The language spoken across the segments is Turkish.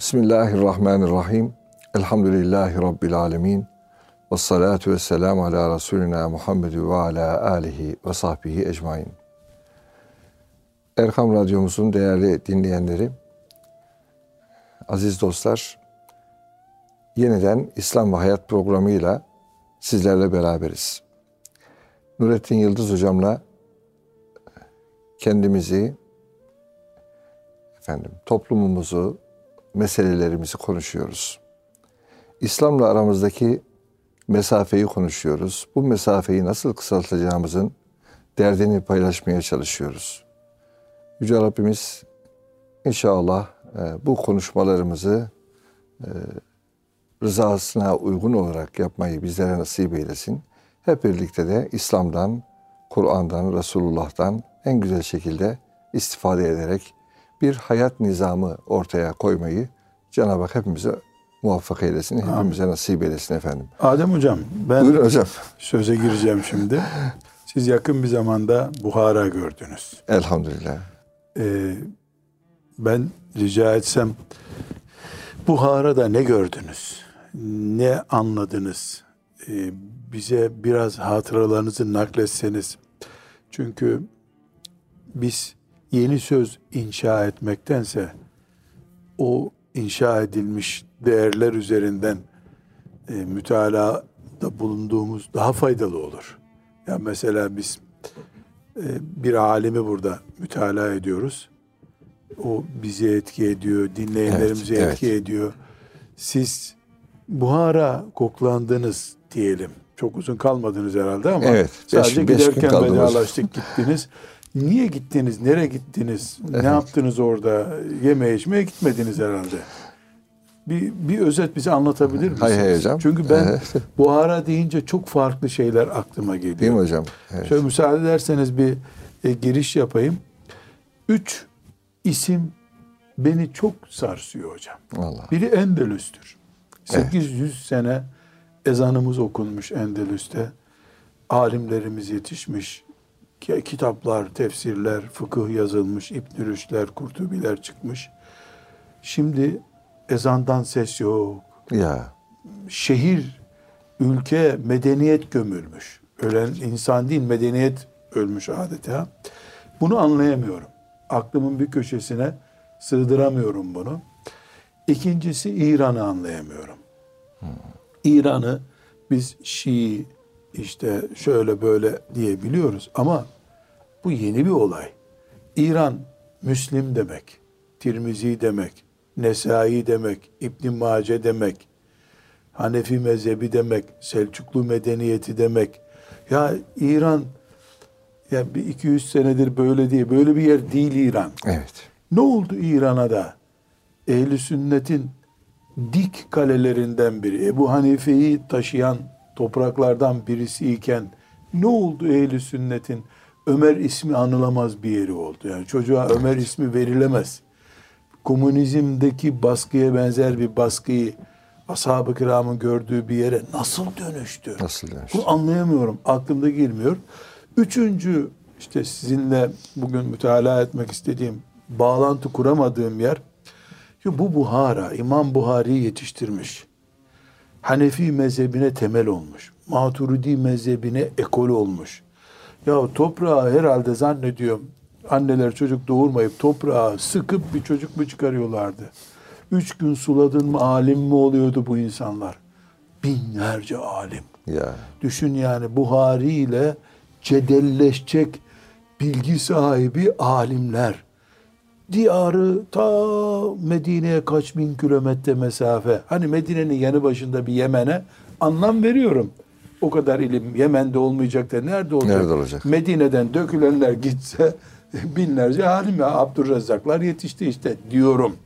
Bismillahirrahmanirrahim. Elhamdülillahi Rabbil alemin. Vessalatu vesselamu ala Resulina Muhammed ve ala alihi ve sahbihi ecmain. Erkam Radyomuzun değerli dinleyenleri, aziz dostlar, yeniden İslam ve Hayat programıyla sizlerle beraberiz. Nurettin Yıldız hocamla kendimizi, toplumumuzu, meselelerimizi konuşuyoruz. İslam'la aramızdaki mesafeyi konuşuyoruz. Bu mesafeyi nasıl kısaltacağımızın derdini paylaşmaya çalışıyoruz. Yüce Rabbimiz inşallah bu konuşmalarımızı rızasına uygun olarak yapmayı bizlere nasip eylesin. Hep birlikte de İslam'dan, Kur'an'dan, Resulullah'tan en güzel şekilde istifade ederek bir hayat nizamı ortaya koymayı Cenab-ı Hak hepimize muvaffak eylesin, hepimize nasip eylesin efendim. Adem hocam, ben buyurun hocam. Söze gireceğim şimdi. Siz yakın bir zamanda Buhara gördünüz. Elhamdülillah. Ben rica etsem, Buhara'da ne gördünüz? Ne anladınız? Bize biraz hatıralarınızı nakletseniz. Çünkü biz yeni söz inşa etmektense o inşa edilmiş değerler üzerinden mütalada bulunduğumuz daha faydalı olur. Yani mesela biz bir alimi burada mütalaa ediyoruz. O bizi etki ediyor, dinleyenlerimizi etki ediyor. Siz Buhara koklandınız diyelim. Çok uzun kalmadınız herhalde ama sadece giderken vedalaştık, gittiniz. Niye gittiniz? Nereye gittiniz? Ne yaptınız orada? Yemeğe içmeye gitmediniz herhalde. Bir özet bize anlatabilir misiniz? Hayır hocam. Çünkü ben Buhara deyince çok farklı şeyler aklıma geliyor. Değil mi hocam? Evet. Şöyle müsaade ederseniz bir giriş yapayım. 3 isim beni çok sarsıyor hocam. Allah. Biri Endülüs'tür. 800 sene ezanımız okunmuş Endülüs'te. Alimlerimiz yetişmiş. Kitaplar, tefsirler, fıkıh yazılmış, İbn-i Rüşdler, Kurtubiler çıkmış. Şimdi ezandan ses yok. Ya. Şehir, ülke, medeniyet gömülmüş. Ölen insan değil, medeniyet ölmüş adeta. Bunu anlayamıyorum. Aklımın bir köşesine sığdıramıyorum bunu. İkincisi, İran'ı anlayamıyorum. İran'ı biz Şii, işte şöyle böyle diye biliyoruz ama bu yeni bir olay. İran, Müslim demek, Tirmizi demek, Nesai demek, İbn-i Mace demek, Hanefi mezhebi demek, Selçuklu medeniyeti demek. Ya İran, ya bir 200 senedir böyle değil, böyle bir yer değil İran. Evet. Ne oldu İran'a da? Ehl-i sünnetin dik kalelerinden biri, Ebu Hanife'yi taşıyan topraklardan birisiyken ne oldu ehl-i sünnetin Ömer ismi anılamaz bir yeri oldu. Yani çocuğa Ömer ismi verilemez. Komünizmdeki baskıya benzer bir baskıyı ashab-ı kiramın gördüğü bir yere nasıl dönüştü? Nasıl dönüştü? Bunu anlayamıyorum. Aklımda girmiyor. Üçüncü, işte sizinle bugün mütalaa etmek istediğim, bağlantı kuramadığım yer, bu Buhara, İmam Buhari'yi yetiştirmiş. Hanefi mezhebine temel olmuş. Maturidi mezhebine ekol olmuş. Ya toprağı herhalde zannediyorum anneler çocuk doğurmayıp toprağa sıkıp bir çocuk mu çıkarıyorlardı? 3 gün suladın mı alim mi oluyordu bu insanlar? Binlerce alim. Ya. Düşün yani Buhari ile cedelleşecek bilgi sahibi alimler. Diyarı ta Medine'ye kaç bin kilometre mesafe. Hani Medine'nin yanı başında bir Yemen'e anlam veriyorum. O kadar ilim Yemen'de olmayacak da nerede olacak? Nerede olacak? Medine'den dökülenler gitse binlerce alim ya Abdurrezzaklar yetişti işte diyorum.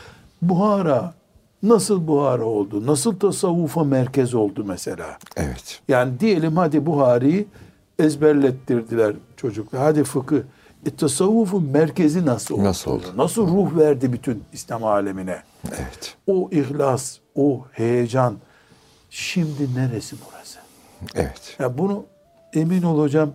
Buhara nasıl Buhara oldu? Nasıl tasavvufa merkez oldu mesela? Evet. Yani diyelim hadi Buhari'yi ezberlettirdiler çocuklar. Hadi fıkıh. Tasavvufun merkezi nasıl oldu? Nasıl oldu? Nasıl ruh verdi bütün İslam alemine? Evet. O ihlas, o heyecan. Şimdi neresi burası? Evet. Ya bunu emin ol hocam,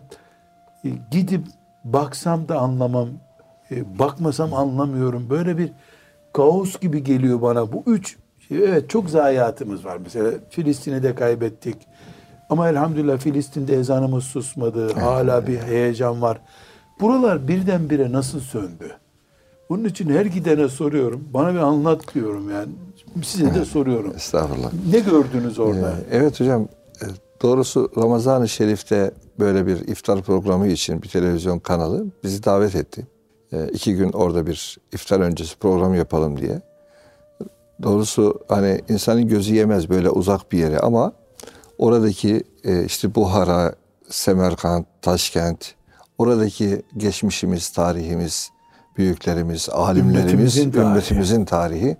gidip baksam da anlamam, bakmasam anlamıyorum. Böyle bir kaos gibi geliyor bana. Bu üç, evet çok zayiatımız var. Mesela Filistin'i de kaybettik. Ama elhamdülillah Filistin'de ezanımız susmadı. Hala bir heyecan var. Buralar birdenbire nasıl söndü? Bunun için her gidene soruyorum. Bana bir anlat diyorum yani. Size de soruyorum. Estağfurullah. Ne gördünüz orada? Evet hocam, doğrusu Ramazan-ı Şerif'te böyle bir iftar programı için bir televizyon kanalı bizi davet etti. 2 gün orada bir iftar öncesi program yapalım diye. Doğrusu hani insanın gözü yemez böyle uzak bir yere ama oradaki işte Buhara, Semerkant, Taşkent, oradaki geçmişimiz, tarihimiz, büyüklerimiz, alimlerimiz, ümmetimizin tarihi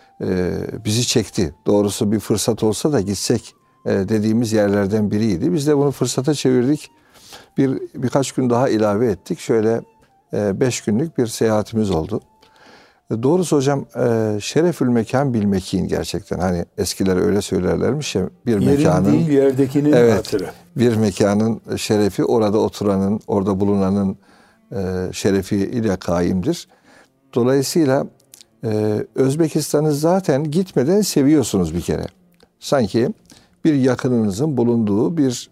bizi çekti. Doğrusu bir fırsat olsa da gitsek dediğimiz yerlerden biriydi. Biz de bunu fırsata çevirdik. Birkaç gün daha ilave ettik. Şöyle 5 günlük bir seyahatimiz oldu. Doğrusu hocam şerefül mekan bil mekin gerçekten. Hani eskiler öyle söylerlermiş ya, bir yerin mekanın değil yerdekinin hatırı. Bir mekanın şerefi orada oturanın, orada bulunanın şerefi ile kaimdir. Dolayısıyla Özbekistan'ı zaten gitmeden seviyorsunuz bir kere. Sanki bir yakınınızın bulunduğu bir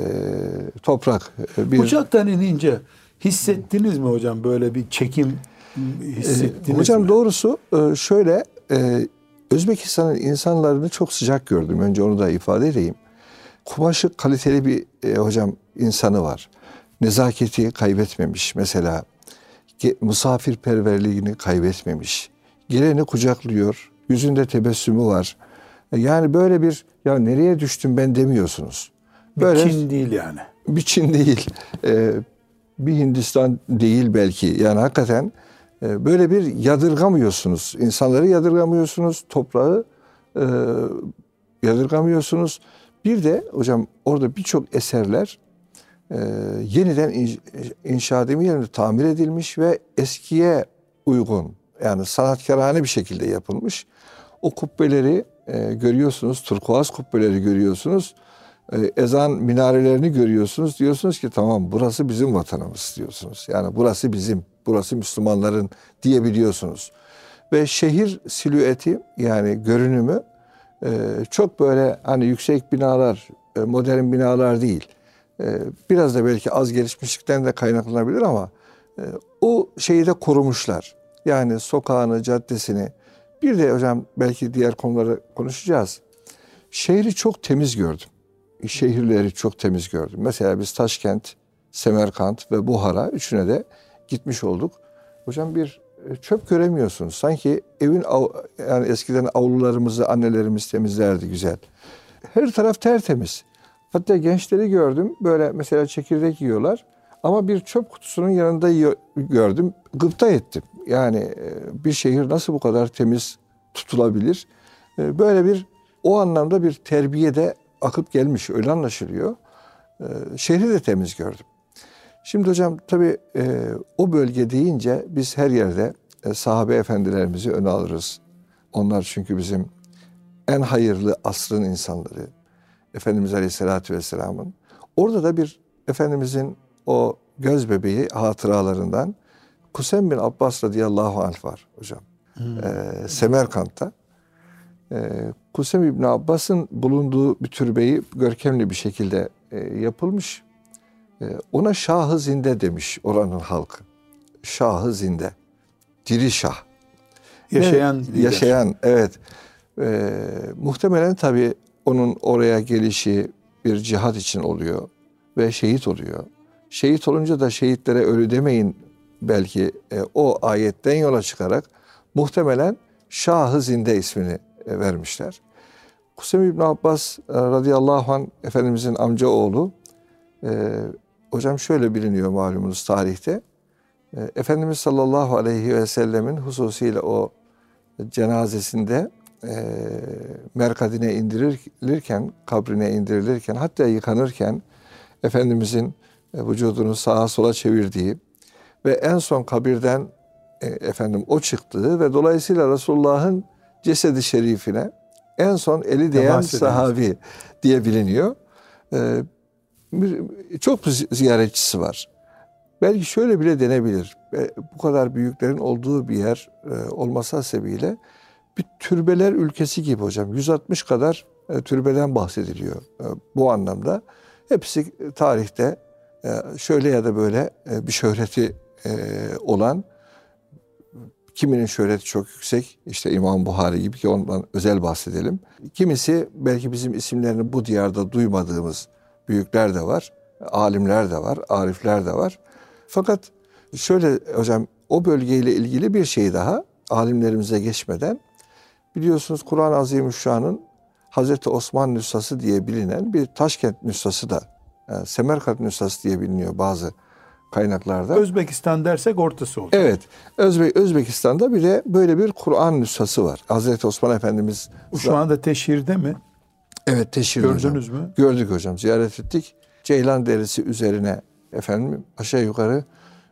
toprak. Uçaktan inince hissettiniz mi hocam, böyle bir çekim hissettiniz hocam mi? doğrusu şöyle, Özbekistan'ın insanlarını çok sıcak gördüm. Önce onu da ifade edeyim. Kumaşı kaliteli bir hocam insanı var. Nezaketi kaybetmemiş. Mesela misafirperverliğini kaybetmemiş. Geleni kucaklıyor. Yüzünde tebessümü var. Yani böyle bir ya nereye düştüm ben demiyorsunuz. Böyle, bir Çin değil yani. Bir Çin değil. Bir Hindistan değil belki. Yani hakikaten böyle bir yadırgamıyorsunuz. İnsanları yadırgamıyorsunuz. Toprağı yadırgamıyorsunuz. Bir de hocam orada birçok eserler yeniden inşa demeyelim de tamir edilmiş ve eskiye uygun, yani sanatkarane bir şekilde yapılmış. O kubbeleri görüyorsunuz, turkuaz kubbeleri görüyorsunuz, ezan minarelerini görüyorsunuz. Diyorsunuz ki tamam, burası bizim vatanımız diyorsunuz. Yani burası bizim, burası Müslümanların diyebiliyorsunuz. Ve şehir silüeti, yani görünümü çok böyle hani yüksek binalar, modern binalar değil. Biraz da belki az gelişmişlikten de kaynaklanabilir ama o şeyi de korumuşlar. Yani sokağını, caddesini. Bir de hocam belki diğer konuları konuşacağız. Şehri çok temiz gördüm. Şehirleri çok temiz gördüm. Mesela biz Taşkent, Semerkant ve Buhara, üçüne de gitmiş olduk. Hocam bir çöp göremiyorsunuz. Sanki evin yani eskiden avlularımızı annelerimiz temizlerdi güzel. Her taraf tertemiz. Hatta gençleri gördüm. Böyle mesela çekirdek yiyorlar. Ama bir çöp kutusunun yanında gördüm. Gıpta ettim. Yani bir şehir nasıl bu kadar temiz tutulabilir? Böyle bir o anlamda bir terbiye de akıp gelmiş. Öyle anlaşılıyor. Şehri de temiz gördüm. Şimdi hocam tabii o bölge deyince biz her yerde sahabe efendilerimizi öne alırız. Onlar çünkü bizim en hayırlı asrın insanları. Efendimiz Aleyhisselatü Vesselam'ın. Orada da bir Efendimizin o göz bebeği hatıralarından Kusem bin Abbas radıyallahu anh var hocam. Semerkant'ta. Kusem İbni Abbas'ın bulunduğu bir türbeyi görkemli bir şekilde yapılmış. Ona Şah-ı Zinde demiş oranın halkı. Şah-ı Zinde. Diri Şah. Yaşayan lider. Yaşayan, evet. Muhtemelen tabii onun oraya gelişi bir cihat için oluyor ve şehit oluyor. Şehit olunca da şehitlere ölü demeyin belki o ayetten yola çıkarak muhtemelen Şah-ı Zinde ismini vermişler. Kusem İbni Abbas radıyallahu anh Efendimizin amca oğlu. Hocam şöyle biliniyor malumunuz tarihte. Efendimiz sallallahu aleyhi ve sellemin hususiyle o cenazesinde merkadine indirilirken, kabrine indirilirken, hatta yıkanırken Efendimizin vücudunu sağa sola çevirdiği ve en son kabirden o çıktığı ve dolayısıyla Resulullah'ın cesedi şerifine en son eli değen sahabi diye biliniyor. Çok ziyaretçisi var. Belki şöyle bile denebilir. Bu kadar büyüklerin olduğu bir yer olması hasebiyle bir türbeler ülkesi gibi hocam. 160 kadar türbeden bahsediliyor bu anlamda. Hepsi tarihte şöyle ya da böyle bir şöhreti olan, kiminin şöhreti çok yüksek, işte İmam Buhari gibi, ki ondan özel bahsedelim. Kimisi belki bizim isimlerini bu diyarda duymadığımız büyükler de var, alimler de var, arifler de var. Fakat şöyle hocam, o bölgeyle ilgili bir şey daha alimlerimize geçmeden, biliyorsunuz Kur'an-ı Azimüşşan'ın Hazreti Osman nüshası diye bilinen bir Taşkent nüshası da, yani Semerkant nüshası diye biliniyor bazı kaynaklarda. Özbekistan dersek ortası oldu. Evet. Özbekistan'da bir de böyle bir Kur'an nüshası var. Hazreti Osman Efendimiz. Şu anda teşhirde mi? Evet, teşhirde Gördünüz hocam. mü? Gördük hocam. Ziyaret ettik. Ceylan derisi üzerine efendim aşağı yukarı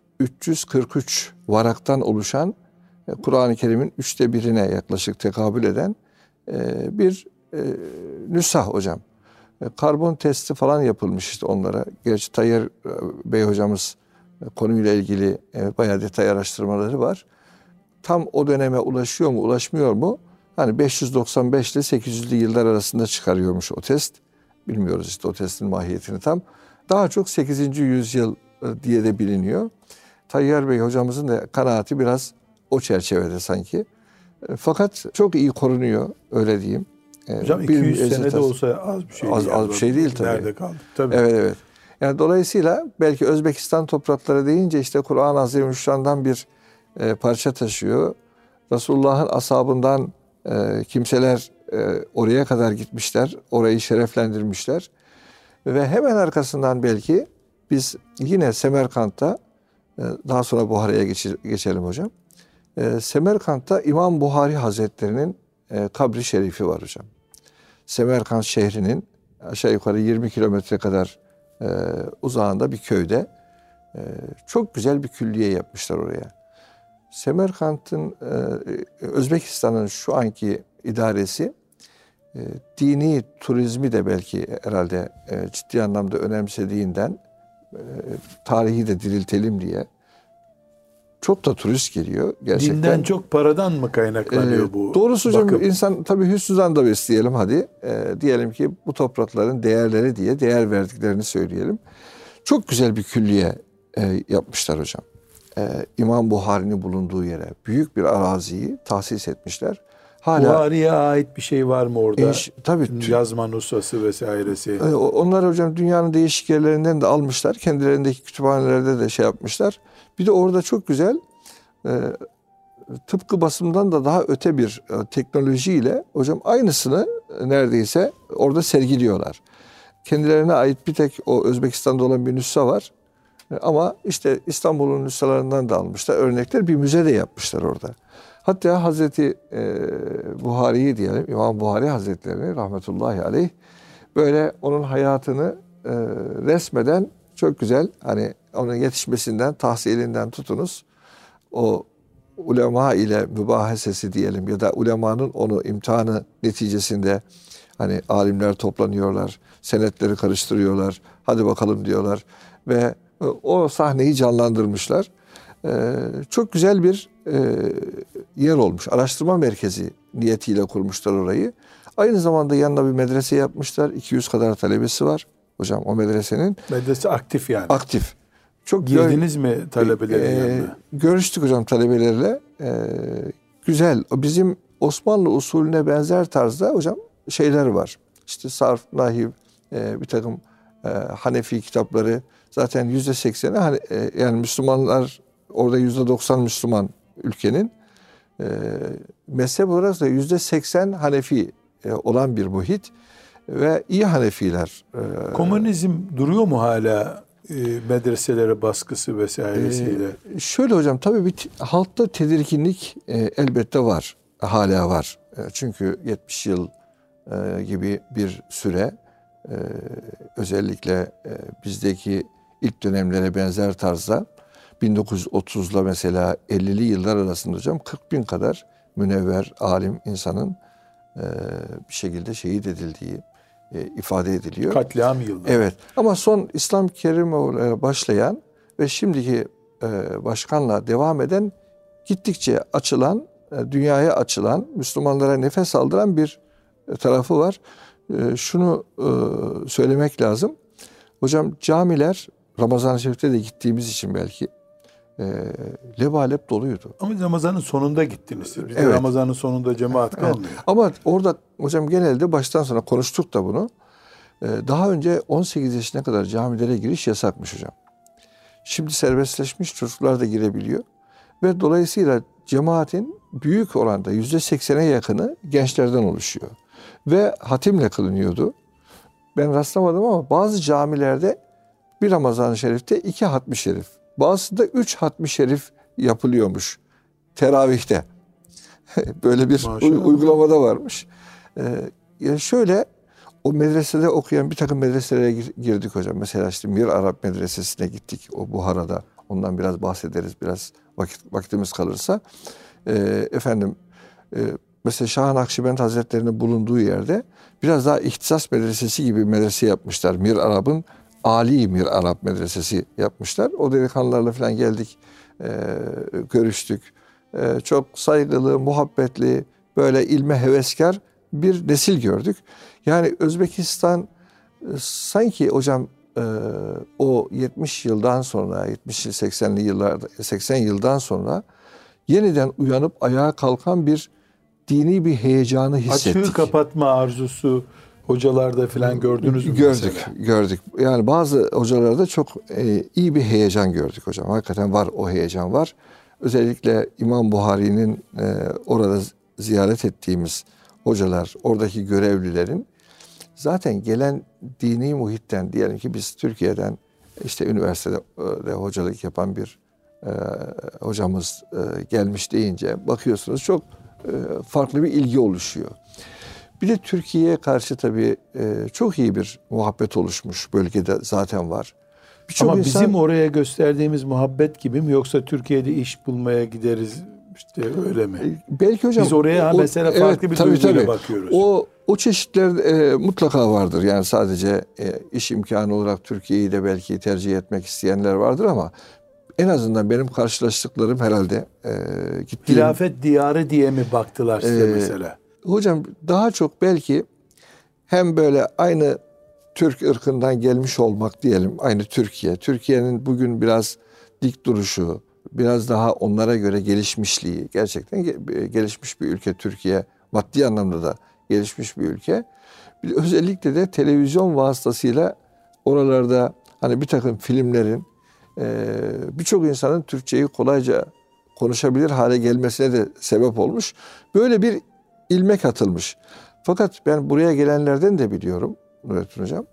343 varaktan oluşan, Kur'an-ı Kerim'in 1/3'ine yaklaşık tekabül eden bir nüshah hocam. Karbon testi falan yapılmış işte onlara. Gerçi Tayyar Bey hocamız konuyla ilgili bayağı detay araştırmaları var. Tam o döneme ulaşıyor mu, ulaşmıyor mu? Hani 595 ile 800'lü yıllar arasında çıkarıyormuş o test. Bilmiyoruz işte o testin mahiyetini tam. Daha çok 8. yüzyıl diye de biliniyor. Tayyar Bey hocamızın da kanaati biraz o çerçevede sanki. Fakat çok iyi korunuyor, öyle diyeyim. Hocam 200 senede olsa az bir şey değil. Az bir şey değil tabii. Nerede kaldı? Tabii. Evet, evet. Yani dolayısıyla belki Özbekistan toprakları deyince işte Kur'an-ı Azimüşşan'dan bir parça taşıyor. Resulullah'ın ashabından kimseler oraya kadar gitmişler, orayı şereflendirmişler. Ve hemen arkasından belki biz yine Semerkant'ta, daha sonra Buhara'ya geçelim hocam. Semerkant'ta İmam Buhari Hazretleri'nin kabri şerifi var hocam. Semerkant şehrinin aşağı yukarı 20 kilometre kadar uzağında bir köyde çok güzel bir külliye yapmışlar oraya. Semerkant'ın, Özbekistan'ın şu anki idaresi dini turizmi de belki herhalde ciddi anlamda önemsediğinden, tarihi de diriltelim diye çok da turist geliyor gerçekten. Dinden çok paradan mı kaynaklanıyor bu? Doğrusu hocam, bakım? insan tabii hüsnüzan da besleyelim hadi. Diyelim ki bu toprakların değerleri diye değer verdiklerini söyleyelim. Çok güzel bir külliye yapmışlar hocam. İmam Buhari'nin bulunduğu yere büyük bir araziyi tahsis etmişler. Hala Buhari'ye ait bir şey var mı orada? Tabii. Yazma nusası vesairesi. Onlar hocam dünyanın değişik yerlerinden de almışlar. Kendilerindeki kütüphanelerde de şey yapmışlar. Bir de orada çok güzel, tıpkı basımdan da daha öte bir teknolojiyle hocam aynısını neredeyse orada sergiliyorlar. Kendilerine ait bir tek o Özbekistan'da olan bir nüsha var. Ama işte İstanbul'un nüshalarından da almışlar. Örnekler, bir müze de yapmışlar orada. Hatta Hazreti Buhari'yi diyelim, İmam Buhari Hazretlerini rahmetullahi aleyh, böyle onun hayatını resmeden çok güzel, hani onun yetişmesinden, tahsilinden tutunuz, o ulema ile mübahesesi diyelim ya da ulemanın onu imtihanı neticesinde, hani alimler toplanıyorlar, senetleri karıştırıyorlar, hadi bakalım diyorlar ve o sahneyi canlandırmışlar. Çok güzel bir yer olmuş. Araştırma merkezi niyetiyle kurmuşlar orayı. Aynı zamanda yanına bir medrese yapmışlar. 200 kadar talebesi var hocam o medresenin. Medrese aktif yani. Aktif. Çok girdiniz mi talebelerin yanına? Görüştük hocam talebelerle. Güzel. Bizim Osmanlı usulüne benzer tarzda hocam şeyler var. İşte sarf, nahiv, bir takım Hanefi kitapları. Zaten %80'i yani Müslümanlar, orada %90 Müslüman ülkenin. Mezhep olarak da %80 Hanefi olan bir muhit ve iyi Hanefiler. Komünizm duruyor mu hala medreselere baskısı vesairesiyle? Şöyle hocam, tabii bir halkta tedirginlik elbette var. Hala var. Çünkü 70 yıl gibi bir süre özellikle bizdeki ilk dönemlere benzer tarzda 1930'la mesela 50'li yıllar arasında hocam 40 bin kadar münevver alim insanın bir şekilde şehit edildiği ifade ediliyor. Katliam yılları. Evet, ama son İslam Kerimoğlu'na başlayan ve şimdiki başkanla devam eden, gittikçe açılan, dünyaya açılan, Müslümanlara nefes aldıran bir tarafı var. Şunu söylemek lazım. Hocam camiler, Ramazan-ı Şerif'te de gittiğimiz için belki lebalep doluydu. Ama Ramazan'ın sonunda gittiniz. Biz Evet. Ramazan'ın sonunda cemaat kalmıyor. Evet. Ama orada hocam genelde baştan sona konuştuk da bunu. Daha önce 18 yaşına kadar camilere giriş yasakmış hocam. Şimdi serbestleşmiş, çocuklar da girebiliyor. Ve dolayısıyla cemaatin büyük oranda %80'e yakını gençlerden oluşuyor. Ve hatimle kılınıyordu. Ben rastlamadım ama bazı camilerde bir Ramazan-ı Şerif'te 2 hatmi şerif. Bazısında 3 hatmi şerif yapılıyormuş teravihte. Böyle bir uygulamada varmış. Yani şöyle, o medresede okuyan bir takım medreselere girdik hocam. Mesela işte Mir Arap Medresesi'ne gittik, o Buhara'da. Ondan biraz bahsederiz, biraz vaktimiz kalırsa. Mesela Şah-ı Nakşibend Hazretleri'nin bulunduğu yerde biraz daha ihtisas medresesi gibi bir medrese yapmışlar. Mir Arap'ın Ali Mir Arap Medresesi yapmışlar. O delikanlılarla falan geldik, görüştük. Çok saygılı, muhabbetli, böyle ilme heveskar bir nesil gördük. Yani Özbekistan sanki hocam o 70 yıldan sonra, 80'li yıllarda, 80 yıldan sonra yeniden uyanıp ayağa kalkan bir dini bir heyecanı hissettik. Açığı kapatma arzusu hocalarda falan gördünüz mü? Gördük. Yani bazı hocalarda çok iyi bir heyecan gördük hocam. Hakikaten var, o heyecan var. Özellikle İmam Buhari'nin orada ziyaret ettiğimiz hocalar, oradaki görevlilerin zaten gelen dini muhitten, diyelim ki biz Türkiye'den işte üniversitede hocalık yapan bir hocamız gelmiş deyince bakıyorsunuz çok farklı bir ilgi oluşuyor. Bir de Türkiye'ye karşı tabii çok iyi bir muhabbet oluşmuş bölgede zaten var. Ama bizim oraya gösterdiğimiz muhabbet gibi mi, yoksa Türkiye'de iş bulmaya gideriz işte öyle mi? Belki hocam. Biz oraya mesela farklı bir duyguyla bakıyoruz. O çeşitler mutlaka vardır. Yani sadece iş imkanı olarak Türkiye'yi de belki tercih etmek isteyenler vardır ama en azından benim karşılaştıklarım herhalde gittiğim... Hilafet diyarı diye mi baktılar size mesela? Hocam daha çok belki hem böyle aynı Türk ırkından gelmiş olmak diyelim, aynı Türkiye. Türkiye'nin bugün biraz dik duruşu, biraz daha onlara göre gelişmişliği, gerçekten gelişmiş bir ülke Türkiye. Maddi anlamda da gelişmiş bir ülke. Özellikle de televizyon vasıtasıyla oralarda hani bir takım filmlerin birçok insanın Türkçeyi kolayca konuşabilir hale gelmesine de sebep olmuş. Böyle bir ilmek atılmış. Fakat ben buraya gelenlerden de biliyorum Nurettin Hocam.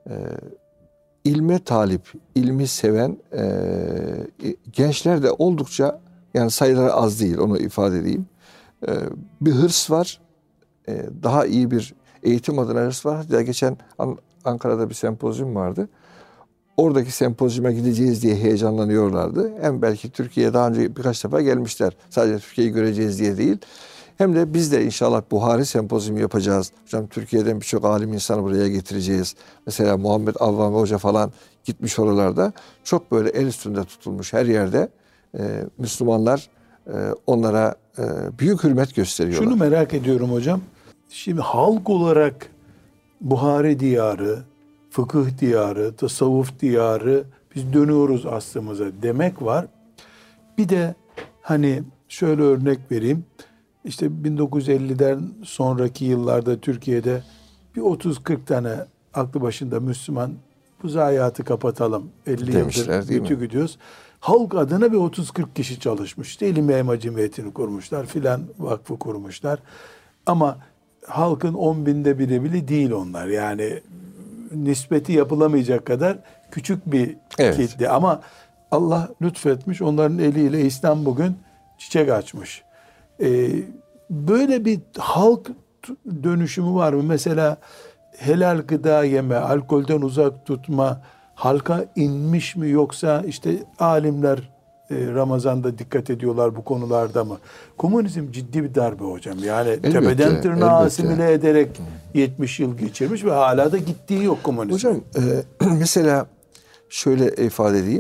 İlme talip, ilmi seven gençler de oldukça, yani sayıları az değil, onu ifade edeyim. Bir hırs var. Daha iyi bir eğitim adına hırs var. Hatta geçen Ankara'da bir sempozyum vardı. Oradaki sempozyuma gideceğiz diye heyecanlanıyorlardı. Hem belki Türkiye'ye daha önce birkaç defa gelmişler. Sadece Türkiye'yi göreceğiz diye değil. Hem de biz de inşallah Buhari sempozyumu yapacağız. Hocam Türkiye'den birçok alim insanı buraya getireceğiz. Mesela Muhammed Avvami Hoca falan gitmiş oralarda. Çok böyle el üstünde tutulmuş her yerde. Müslümanlar onlara büyük hürmet gösteriyorlar. Şunu merak ediyorum hocam. Şimdi halk olarak Buhari diyarı, fıkıh diyarı, tasavvuf diyarı, biz dönüyoruz aslımıza demek var. Bir de hani şöyle örnek vereyim. İşte 1950'den sonraki yıllarda Türkiye'de bir 30-40 tane aklı başında Müslüman bu zayiatı kapatalım. 50 demişler, yıldır bütü gidiyoruz. Halk adına bir 30-40 kişi çalışmış. İşte İlim Yayma Cemiyeti'ni kurmuşlar, filan vakfı kurmuşlar. Ama halkın 10.000'de biri bile değil onlar. Yani nispeti yapılamayacak kadar küçük bir kitle. Ama Allah lütfetmiş, onların eliyle İslam bugün çiçek açmış. Böyle bir halk dönüşümü var mı? Mesela helal gıda yeme, alkolden uzak tutma halka inmiş mi, yoksa işte alimler Ramazan'da dikkat ediyorlar bu konularda mı? Komünizm ciddi bir darbe hocam. Yani elbette, tepeden tırnağa asimile ederek 70 yıl geçirmiş ve hala da gittiği yok komünizm. Hocam mesela şöyle ifade edeyim.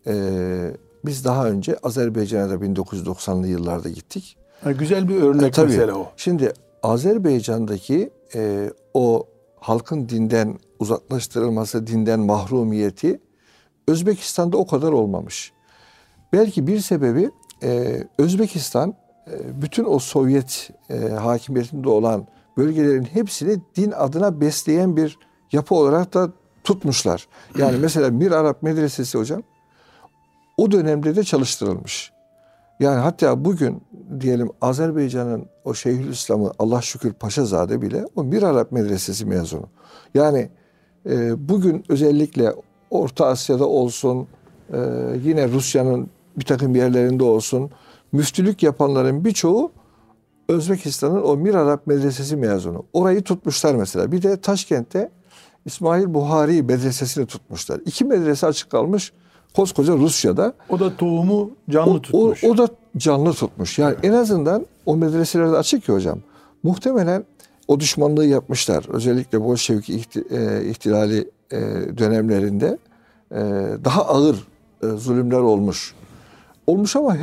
biz daha önce Azerbaycan'a da 1990'lı yıllarda gittik. Güzel bir örnek Tabii. mesela o. Şimdi Azerbaycan'daki o halkın dinden uzaklaştırılması, dinden mahrumiyeti Özbekistan'da o kadar olmamış. Belki bir sebebi Özbekistan bütün o Sovyet hakimiyetinde olan bölgelerin hepsini din adına besleyen bir yapı olarak da tutmuşlar. Yani mesela Mir Arap Medresesi hocam o dönemde de çalıştırılmış. Yani hatta bugün diyelim Azerbaycan'ın o Şeyhülislam'ı Allah şükür Paşazade bile o Mir Arap Medresesi mezunu. Yani bugün özellikle Orta Asya'da olsun, yine Rusya'nın bir takım yerlerinde olsun, müftülük yapanların birçoğu Özbekistan'ın o Mir Arap Medresesi mezunu. Orayı tutmuşlar mesela. Bir de Taşkent'te İsmail Buhari medresesini tutmuşlar. 2 medrese açık kalmış koskoca Rusya'da. O da tohumu canlı tutmuş. O da canlı tutmuş. Yani en azından o medreselerde açık ki hocam. Muhtemelen o düşmanlığı yapmışlar. Özellikle Bolşevik ihtilali dönemlerinde daha ağır zulümler olmuş. Olmuş ama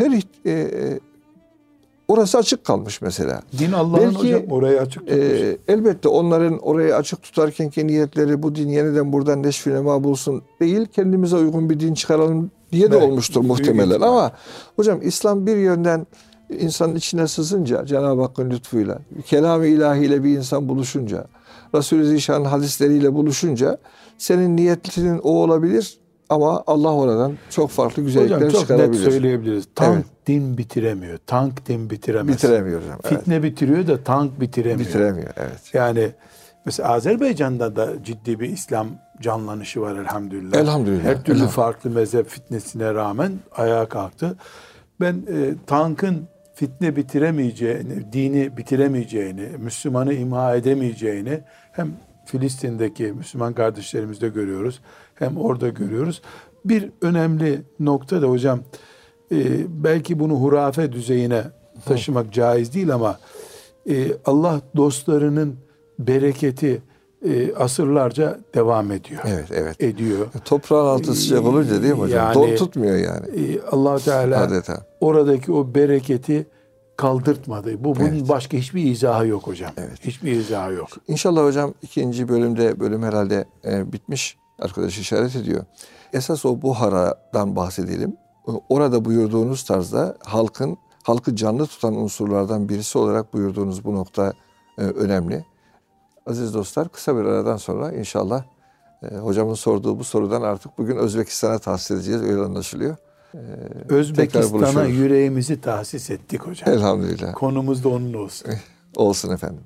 orası açık kalmış mesela. Din Allah'ın hocam orayı açık tutmuş. Elbette onların orayı açık tutarkenki niyetleri bu din yeniden buradan neşfilema bulsun değil, kendimize uygun bir din çıkaralım diye de olmuştur muhtemelen. Ama hocam İslam bir yönden insanın içine sızınca, Cenab-ı Hakk'ın lütfuyla, kelam-ı ilahiyle bir insan buluşunca, Resul-i Zişan'ın hadisleriyle buluşunca senin niyetinin o olabilir ama Allah oradan çok farklı güzellikler çıkarabilir. Hocam çok net söyleyebiliriz. Tank din bitiremiyor. Tank din bitiremez. Bitiremiyor hocam. Fitne bitiriyor da tank bitiremiyor. Bitiremiyor, evet. Yani mesela Azerbaycan'da da ciddi bir İslam canlanışı var elhamdülillah. Elhamdülillah. Her türlü farklı mezhep fitnesine rağmen ayağa kalktı. Ben tankın fitne bitiremeyeceğini, dini bitiremeyeceğini, Müslümanı imha edemeyeceğini hem Filistin'deki Müslüman kardeşlerimizde görüyoruz, hem orada görüyoruz. Bir önemli nokta da hocam, belki bunu hurafe düzeyine taşımak caiz değil ama Allah dostlarının bereketi asırlarca devam ediyor. Evet. Ediyor. Toprağın altı sıcak olunca değil mi hocam? Yani, don tutmuyor yani. Allah Teala adeta oradaki o bereketi kaldırtmadı. Bunun başka hiçbir izahı yok hocam. Evet. Hiçbir izahı yok. İnşallah hocam 2. bölüm herhalde bitmiş. Arkadaş işaret ediyor. Esas o Buhara'dan bahsedelim. Orada buyurduğunuz tarzda halkı canlı tutan unsurlardan birisi olarak buyurduğunuz bu nokta önemli. Aziz dostlar, kısa bir aradan sonra inşallah hocamın sorduğu bu sorudan artık bugün Özbekistan'a tahsis edeceğiz. Öyle anlaşılıyor. Özbekistan'a yüreğimizi tahsis ettik hocam. Elhamdülillah. Konumuz da onun olsun. Olsun efendim.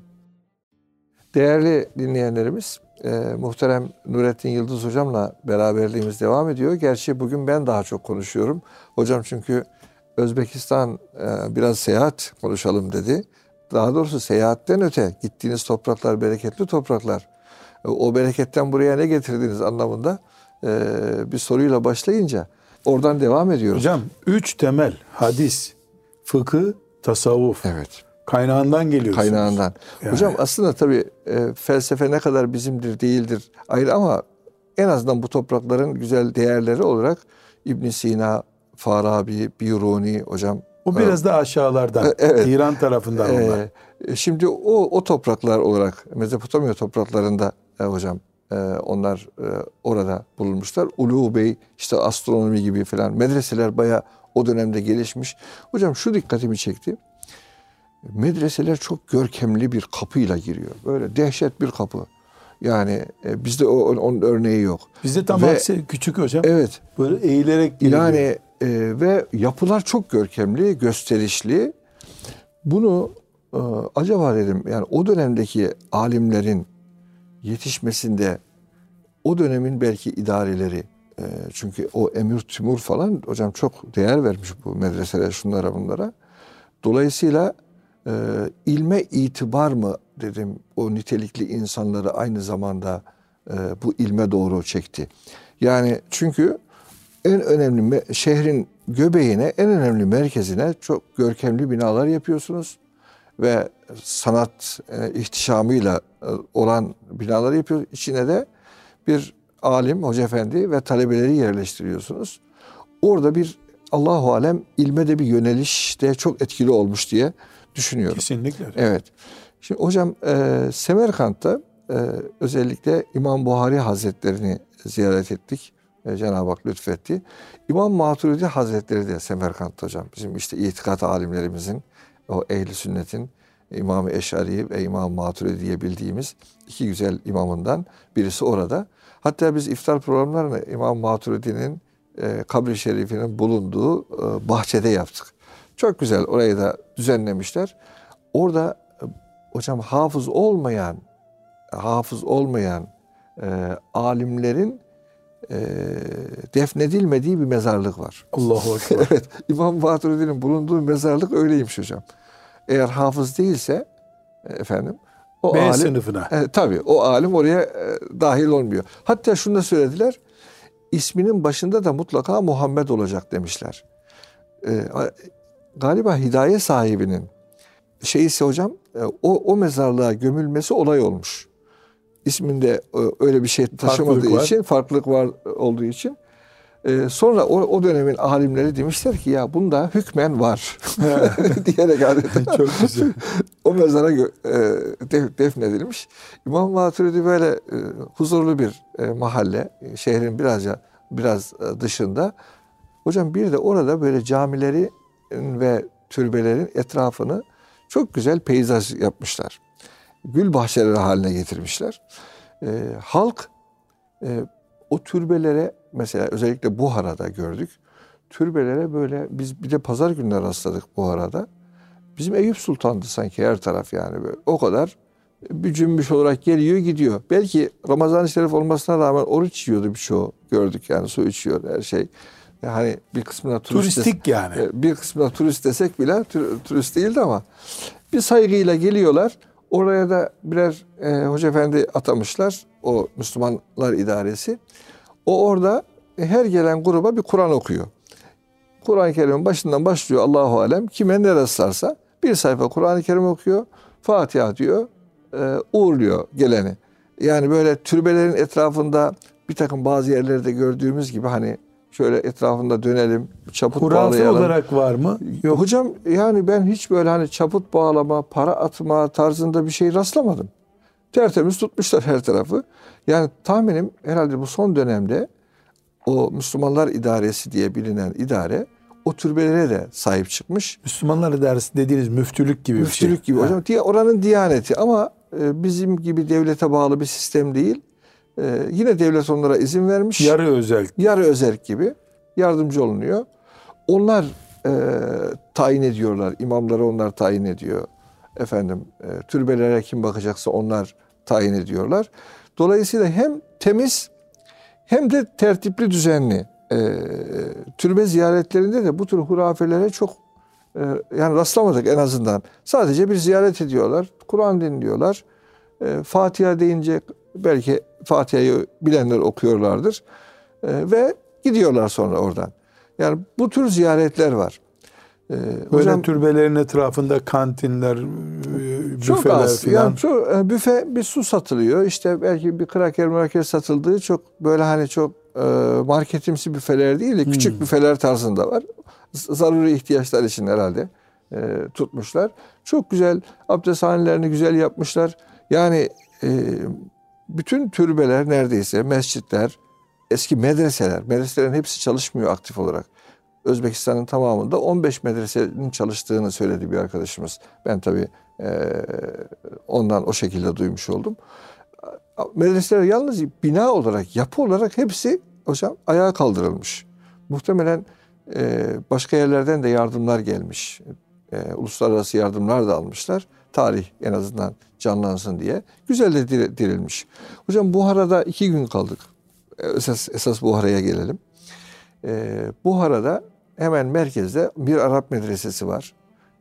Değerli dinleyenlerimiz, muhterem Nurettin Yıldız hocamla beraberliğimiz devam ediyor. Gerçi bugün ben daha çok konuşuyorum. Hocam çünkü Özbekistan biraz seyahat konuşalım dedi. Daha doğrusu seyahatten öte gittiğiniz topraklar bereketli topraklar. O bereketten buraya ne getirdiniz anlamında bir soruyla başlayınca oradan devam ediyoruz. Hocam 3 temel hadis, fıkıh, tasavvuf. Evet. Kaynağından geliyorsunuz. Kaynağından. Yani. Hocam aslında tabii felsefe ne kadar bizimdir değildir ayrı ama en azından bu toprakların güzel değerleri olarak İbn Sina, Farabi, Biruni hocam. O biraz da aşağılardan. Evet. İran tarafından onlar. Şimdi o topraklar olarak Mezopotamya topraklarında hocam onlar orada bulunmuşlar. Ulu Bey işte astronomi gibi falan medreseler bayağı o dönemde gelişmiş. Hocam şu dikkatimi çekti. Medreseler çok görkemli bir kapıyla giriyor. Böyle dehşet bir kapı. Yani bizde onun örneği yok. Bizde tam aksi küçük hocam. Evet. Böyle eğilerek giriliyor. Yani ve yapılar çok görkemli, gösterişli. Bunu acaba dedim yani o dönemdeki alimlerin yetişmesinde o dönemin belki idareleri çünkü o Emir Timur falan hocam çok değer vermiş bu medreselere şunlara bunlara. Dolayısıyla ilme itibar mı dedim o nitelikli insanları aynı zamanda bu ilme doğru çekti. Yani çünkü en önemli şehrin göbeğine en önemli merkezine çok görkemli binalar yapıyorsunuz ve sanat ihtişamıyla olan binaları yapıyorsunuz. İçine de bir alim, hoca efendi ve talebeleri yerleştiriyorsunuz. orada bir Allahu alem ilme de bir yöneliş de çok etkili olmuş diye düşünüyorum. Kesinlikle. Evet. Şimdi hocam Semerkant'ta özellikle İmam Buhari Hazretlerini ziyaret ettik. Cenab-ı Hak lütfetti. İmam Maturidi Hazretleri de Semerkant'ta hocam. Bizim işte itikat alimlerimizin, o ehli sünnetin İmam-ı Eş'ari ve İmam Maturidi diye bildiğimiz iki güzel imamından birisi orada. Hatta biz iftar programlarını İmam Maturidi'nin kabri şerifinin bulunduğu bahçede yaptık. Çok güzel, orayı da düzenlemişler. Orada hocam hafız olmayan alimlerin defnedilmediği bir mezarlık var. Allahu Ekber. Evet, İmam Maturidi'nin bulunduğu mezarlık öyleymiş hocam. Eğer hafız değilse efendim o B alim sınıfına. tabii o alim oraya dahil olmuyor. Hatta şunu da söylediler. İsminin başında da mutlaka Muhammed olacak demişler. Galiba hidayet sahibinin şeyisi hocam o mezarlığa gömülmesi olay olmuş. İsminde öyle bir şey taşımadığı farklılık var olduğu için. Sonra o dönemin alimleri demişler ki ya bunda hükmen var diyerek adeta çok güzel. o mezara defnedilmiş. İmam Maturidi böyle huzurlu bir mahalle, şehrin biraz dışında. Hocam bir de orada böyle camileri ve türbelerin etrafını çok güzel peyzaj yapmışlar. Gül bahçeleri haline getirmişler. Halk o türbelere mesela özellikle Buhara'da gördük. Türbelere böyle biz bir de pazar günleri rastladık Buhara'da. Bizim Eyüp Sultan'dı sanki her taraf yani böyle. O kadar bir cümbüş olarak geliyor gidiyor. Belki Ramazan-ı Şerif olmasına rağmen oruç yiyordu birçoğu. Gördük yani su içiyor her şey. Yani bir kısmına turistik yani. Bir kısmına turist desek bile turist değildi ama bir saygıyla geliyorlar. Oraya da birer hoca efendi atamışlar. O Müslümanlar idaresi. O orada her gelen gruba bir Kur'an okuyor. Kur'an-ı Kerim'in başından başlıyor Allahu alem. Kime ne rastlarsa bir sayfa Kur'an-ı Kerim okuyor. Fatiha diyor. Uğurluyor geleni. Yani böyle türbelerin etrafında bir takım bazı yerlerde gördüğümüz gibi hani şöyle etrafında dönelim, çaput Hurafe bağlayalım. olarak var mı? Yok. Hocam yani ben hiç böyle hani çaput bağlama, para atma tarzında bir şey rastlamadım. Tertemiz tutmuşlar her tarafı. Yani tahminim herhalde bu son dönemde o Müslümanlar İdaresi diye bilinen idare o türbelere de sahip çıkmış. Müslümanlar İdaresi dediğiniz müftülük gibi bir şey. Müftülük gibi hocam. Oranın diyaneti ama bizim gibi devlete bağlı bir sistem değil. Yine devlet onlara izin vermiş. Yarı özerk gibi yardımcı olunuyor. Onlar tayin ediyorlar. İmamları onlar tayin ediyor. Türbelere kim bakacaksa onlar tayin ediyorlar. Dolayısıyla hem temiz hem de tertipli, düzenli. Türbe ziyaretlerinde de bu tür hurafelere çok yani rastlamadık en azından. Sadece bir ziyaret ediyorlar. Kur'an dinliyorlar. Fatiha deyince belki Fatiha'yı bilenler okuyorlardır. Ve gidiyorlar sonra oradan. Yani bu tür ziyaretler var. Böyle türbelerin etrafında kantinler, çok büfeler az. falan. Yani çok büfe bir su satılıyor. İşte belki bir kraker satıldığı çok böyle hani çok marketimsi büfeler değil de küçük büfeler tarzında var. Zaruri ihtiyaçlar için herhalde tutmuşlar. Çok güzel abdesthanelerini güzel yapmışlar. Yani bütün türbeler neredeyse mescitler, eski medreselerin hepsi çalışmıyor aktif olarak. Özbekistan'ın tamamında 15 medresenin çalıştığını söyledi bir arkadaşımız. Ben tabii ondan o şekilde duymuş oldum. Medreseler yalnız bina olarak, yapı olarak hepsi hocam ayağa kaldırılmış. Muhtemelen başka yerlerden de yardımlar gelmiş. Uluslararası yardımlar da almışlar. Tarih en azından canlansın diye. Güzel de dirilmiş. Hocam Buhara'da 2 gün kaldık. Esas Buhara'ya gelelim. Buhara'da hemen merkezde bir Arap medresesi var.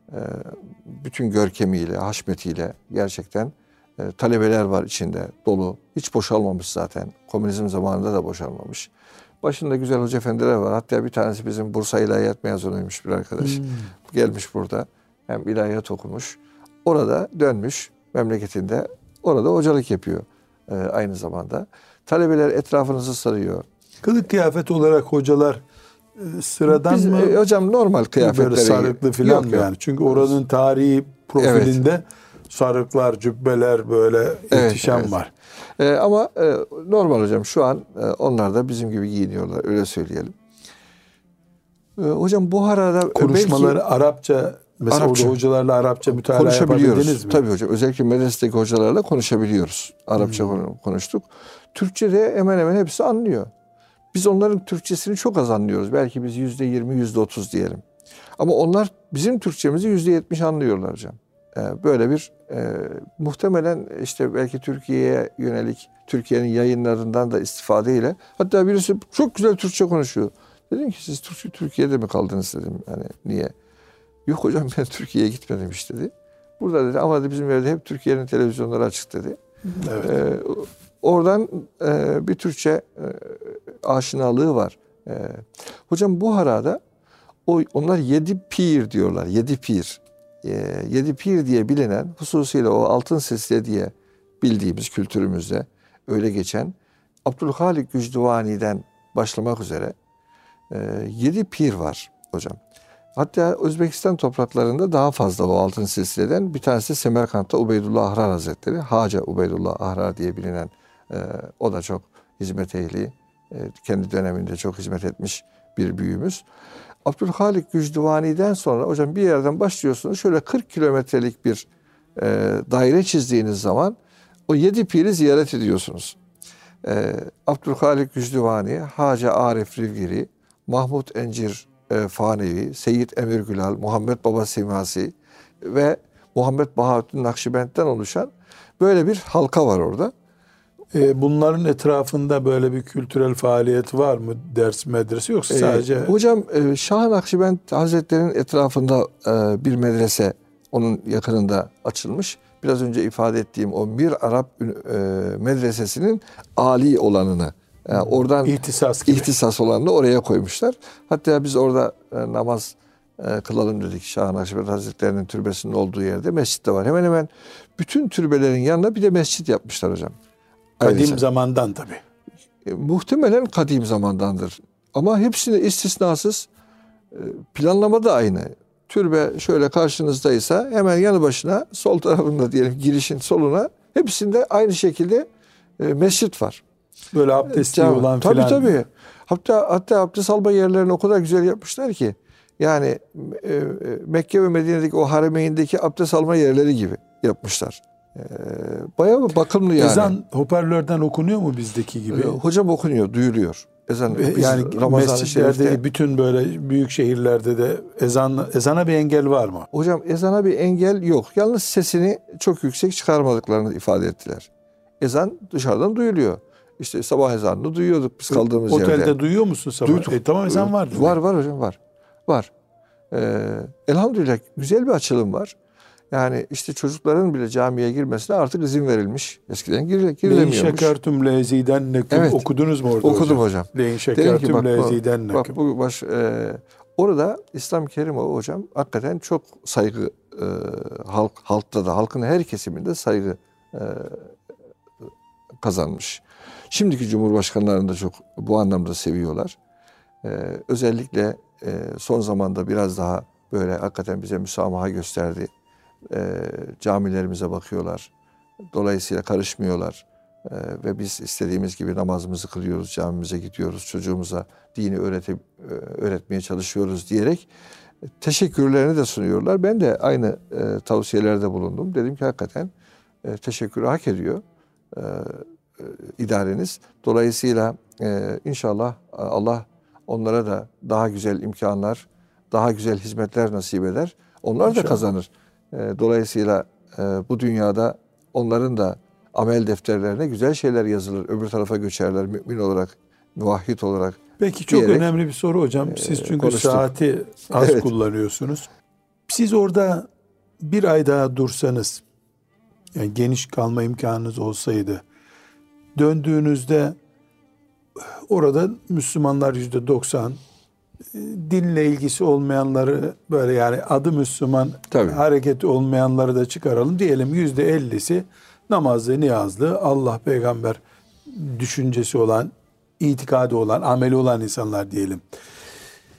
Bütün görkemiyle, haşmetiyle gerçekten talebeler var içinde dolu. Hiç boşalmamış zaten. Komünizm zamanında da boşalmamış. Başında güzel hoca efendiler var. Hatta bir tanesi bizim Bursa İlahiyat mezunuymuş bir arkadaş. Gelmiş burada. Hem ilahiyat okumuş. Orada dönmüş memleketinde. Orada hocalık yapıyor aynı zamanda. Talebeler etrafınızı sarıyor. Kılık kıyafet olarak hocalar sıradan Biz, mı? hocam normal kıyafetleri. Böyle sarıklı falan mı yani? Çünkü oranın tarihi profilinde sarıklar, cübbeler böyle ihtişam var. Ama normal hocam şu an onlar da bizim gibi giyiniyorlar, öyle söyleyelim. Hocam Buhara'da Konuşmaları belki Arapça, mesela Arapça. orada hocalarla Arapça mütalaa Konuşabiliyoruz. yapabildiniz mi? Tabii hocam. Özellikle medresedeki hocalarla konuşabiliyoruz. Arapça konuştuk. Türkçe'de hemen hemen hepsi anlıyor. Biz onların Türkçesini çok az anlıyoruz. Belki biz %20, %30 diyelim. Ama onlar bizim Türkçemizi %70 anlıyorlar hocam. Böyle bir muhtemelen işte belki Türkiye'ye yönelik Türkiye'nin yayınlarından da istifadeyle, hatta birisi çok güzel Türkçe konuşuyor. Dedim ki siz Türkiye'de mi kaldınız dedim. Yani niye? Yok hocam ben Türkiye'ye gitmedim hiç dedi. Burada dedi ama bizim evde hep Türkiye'nin televizyonları açık dedi. Evet. Oradan bir Türkçe aşinalığı var. Hocam Buhara'da onlar 7 pir diyorlar. 7 pir. 7 pir diye bilinen, hususuyla o altın sesle diye bildiğimiz kültürümüzde öyle geçen Abdülhalik Gücdüvani'den başlamak üzere 7 pir var hocam. Hatta Özbekistan topraklarında daha fazla o altın silsileden bir tanesi Semerkant'ta Ubeydullah Ahrar Hazretleri. Haca Ubeydullah Ahrar diye bilinen o da çok hizmet ehli. Kendi döneminde çok hizmet etmiş bir büyüğümüz. Abdülhalik Gücdüvani'den sonra hocam bir yerden başlıyorsunuz. Şöyle 40 kilometrelik bir daire çizdiğiniz zaman o 7 piri ziyaret ediyorsunuz. Abdülhalik Gücdüvani, Hacı Arif Rivgiri, Mahmud Encir Fanevi, Seyyid Emir Gülal, Muhammed Baba Simasi ve Muhammed Bahattin Nakşibend'den oluşan böyle bir halka var orada. Bunların etrafında böyle bir kültürel faaliyet var mı? Ders medrese yoksa sadece? Hocam Şah Nakşibend Hazretleri'nin etrafında bir medrese onun yakınında açılmış. Biraz önce ifade ettiğim o Mir Arap medresesinin âli olanını, oradan ihtisas olanını oraya koymuşlar. Hatta biz orada namaz kılalım dedik. Şah Nakşibend Hazretleri'nin türbesinin olduğu yerde mescit de var. Hemen hemen bütün türbelerin yanına bir de mescit yapmışlar hocam. Kadim zamandan tabii. Muhtemelen kadim zamandandır. Ama hepsini istisnasız planlama da aynı. Türbe şöyle karşınızdaysa hemen yanı başına sol tarafında diyelim girişin soluna hepsinde aynı şekilde mescit var. Böyle abdestli olan filan. Tabii. Hatta abdest alma yerlerini o kadar güzel yapmışlar ki yani Mekke ve Medine'deki o haremeyindeki abdest alma yerleri gibi yapmışlar. Bayağı bakımlı yani. Ezan hoparlörden okunuyor mu bizdeki gibi? Hocam okunuyor, duyuluyor. Ezan, yani mescitlerde bütün böyle büyük şehirlerde de ezana bir engel var mı? Hocam ezana bir engel yok. Yalnız sesini çok yüksek çıkarmadıklarını ifade ettiler. Ezan dışarıdan duyuluyor. İşte sabah ezanını duyuyorduk biz kaldığımız yerde. Otelde duyuyor musun sabah? Duyduk. Tamam ezan var. Var hocam var. Elhamdülillah güzel bir açılım var. Yani işte çocukların bile camiye girmesine artık izin verilmiş. Eskiden girilemiyormuş. Leyn şekertum lezidennekum. Evet. Okudunuz mu orada Okudum hocam. Leyn şekertum lezidennekum. Bak bu orada İslam Kerimoğlu hocam hakikaten çok saygı halkta da halkın her kesiminde saygı kazanmış. Şimdiki cumhurbaşkanlarını da çok bu anlamda seviyorlar. Özellikle son zamanda biraz daha böyle hakikaten bize müsamaha gösterdi. Camilerimize bakıyorlar. Dolayısıyla karışmıyorlar. Ve biz istediğimiz gibi namazımızı kılıyoruz, camimize gidiyoruz, çocuğumuza dini öğretmeye çalışıyoruz diyerek teşekkürlerini de sunuyorlar. Ben de aynı tavsiyelerde bulundum. Dedim ki hakikaten teşekkürü hak ediyor idareniz. Dolayısıyla inşallah Allah onlara da daha güzel imkanlar, daha güzel hizmetler nasip eder. Onlar da kazanır. Dolayısıyla bu dünyada onların da amel defterlerine güzel şeyler yazılır. Öbür tarafa göçerler mümin olarak, muvahhid olarak. Peki çok önemli bir soru hocam. Siz çünkü konuştuk. Saati az kullanıyorsunuz. Siz orada bir ay daha dursanız, yani geniş kalma imkanınız olsaydı, döndüğünüzde orada Müslümanlar %90, dinle ilgisi olmayanları böyle yani adı Müslüman hareketi olmayanları da çıkaralım. Diyelim %50'si namazlı, niyazlı, Allah peygamber düşüncesi olan, itikadı olan, ameli olan insanlar diyelim.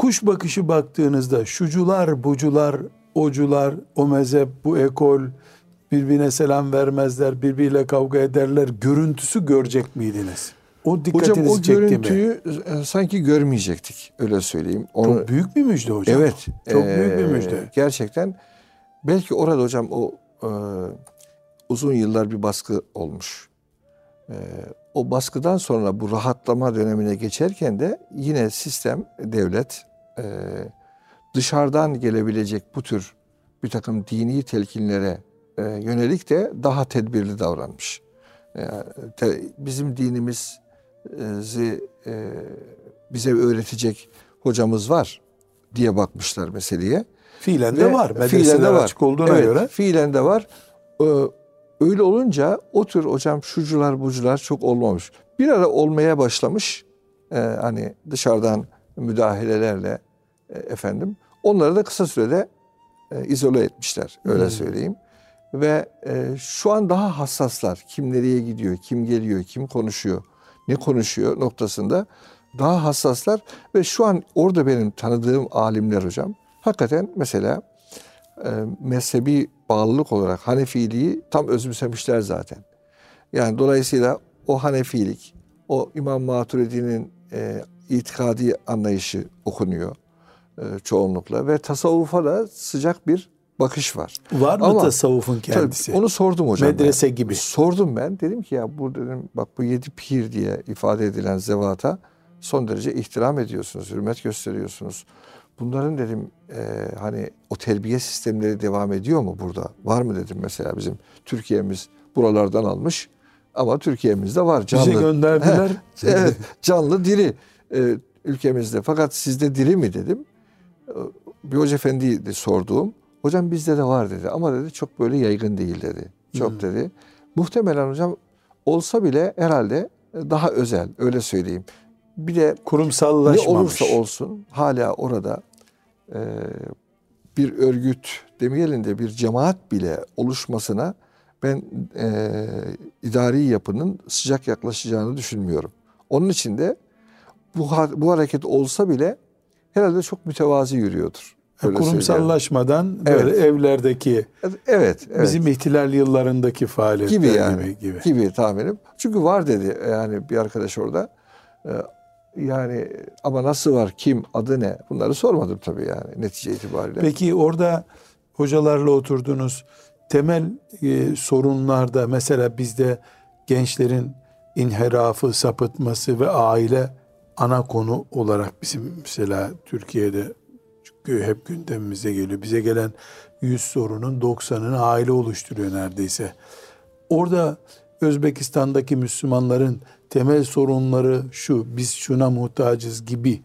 kuş bakışı baktığınızda şucular, bucular, ocular, o mezhep, bu ekol birbirine selam vermezler, birbiriyle kavga ederler görüntüsü görecek miydiniz? O dikkatinizi Hocam o çekti mi? görüntüyü sanki görmeyecektik, öyle söyleyeyim. Onu, Çok büyük bir müjde hocam. evet. Çok büyük bir müjde. Gerçekten belki orada hocam o uzun yıllar bir baskı olmuş. O baskıdan sonra bu rahatlama dönemine geçerken de yine sistem, devlet dışarıdan gelebilecek bu tür bir takım dini telkinlere yönelik de daha tedbirli davranmış. Bizim dinimizi bize öğretecek hocamız var diye bakmışlar meseleye. Fiilen de var. Medreseler açık olduğuna göre. Fiilen de var. Öyle olunca o tür hocam şucular bucular çok olmamış. Bir ara olmaya başlamış. Hani dışarıdan müdahalelerle efendim. Onları da kısa sürede izole etmişler. Öyle söyleyeyim. Ve şu an daha hassaslar. Kim nereye gidiyor, kim geliyor, kim konuşuyor, ne konuşuyor noktasında daha hassaslar. Ve şu an orada benim tanıdığım alimler hocam hakikaten mesela mezhebi bağlılık olarak Hanefiliği tam özümsemişler zaten. Yani dolayısıyla o Hanefilik, o İmam Maturidi'nin itikadi anlayışı okunuyor çoğunlukla ve tasavvufa da sıcak bir bakış var. Var mı tasavvufun kendisi? Tabii, onu sordum hocam. Medrese gibi. Sordum ben. Dedim ki ya bu dedim bak bu 7 pir diye ifade edilen zevata son derece ihtiram ediyorsunuz, hürmet gösteriyorsunuz. Bunların dedim hani o terbiye sistemleri devam ediyor mu burada? Var mı dedim mesela bizim Türkiye'miz buralardan almış ama Türkiye'mizde var canlı. Bize gönderdiler. Evet, canlı diri ülkemizde. Fakat sizde diri mi dedim. Bir hoca efendi sorduğum. Hocam bizde de var dedi ama dedi çok böyle yaygın değil dedi. Çok dedi. Muhtemelen hocam olsa bile herhalde daha özel öyle söyleyeyim. Bir de kurumsallaşmamış. Ne olursa olsun hala orada bir örgüt demeyelim de bir cemaat bile oluşmasına ben idari yapının sıcak yaklaşacağını düşünmüyorum. Onun için de bu hareket olsa bile herhalde çok mütevazi yürüyordur. Kurumsallaşmadan böyle evlerdeki bizim ihtilal yıllarındaki faaliyetler gibi yani gibi tahminim. Çünkü var dedi yani bir arkadaş orada. Yani ama nasıl var, kim, adı ne? Bunları sormadım tabii yani netice itibariyle. Peki orada hocalarla oturdunuz. Temel sorunlarda mesela bizde gençlerin inhirafı, sapıtması ve aile ana konu olarak bizim mesela Türkiye'de hep gündemimize geliyor. Bize gelen 100 sorunun 90'ını aile oluşturuyor neredeyse. Orada Özbekistan'daki Müslümanların temel sorunları şu, biz şuna muhtacız gibi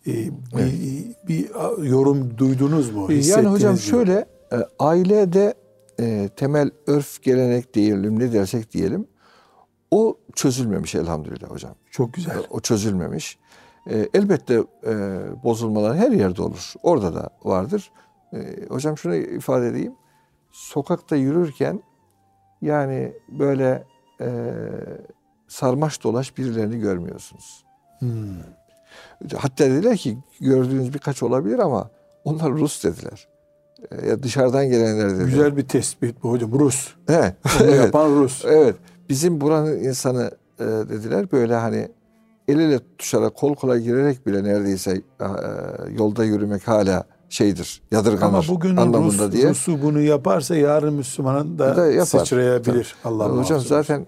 bir yorum duydunuz mu? Yani hocam şöyle, ailede temel örf, gelenek diyelim, ne dersek diyelim, o çözülmemiş elhamdülillah hocam. Çok güzel. O çözülmemiş. Elbette bozulmalar her yerde olur. Orada da vardır. Hocam şunu ifade edeyim. Sokakta yürürken yani böyle sarmaş dolaş birilerini görmüyorsunuz. Hatta dediler ki gördüğünüz birkaç olabilir ama onlar Rus dediler. Ya dışarıdan gelenler dediler. Güzel bir tespit bu hocam. Rus. Evet. Onu yapan Rus. Evet. Bizim buranın insanı dediler böyle hani el ele tutuşarak kol kola girerek bile neredeyse yolda yürümek hala şeydir, yadırganır ama bugün anlamında diye. Rus'u bunu yaparsa yarın Müslümanın da sıçrayabilir. Allah hocam zaten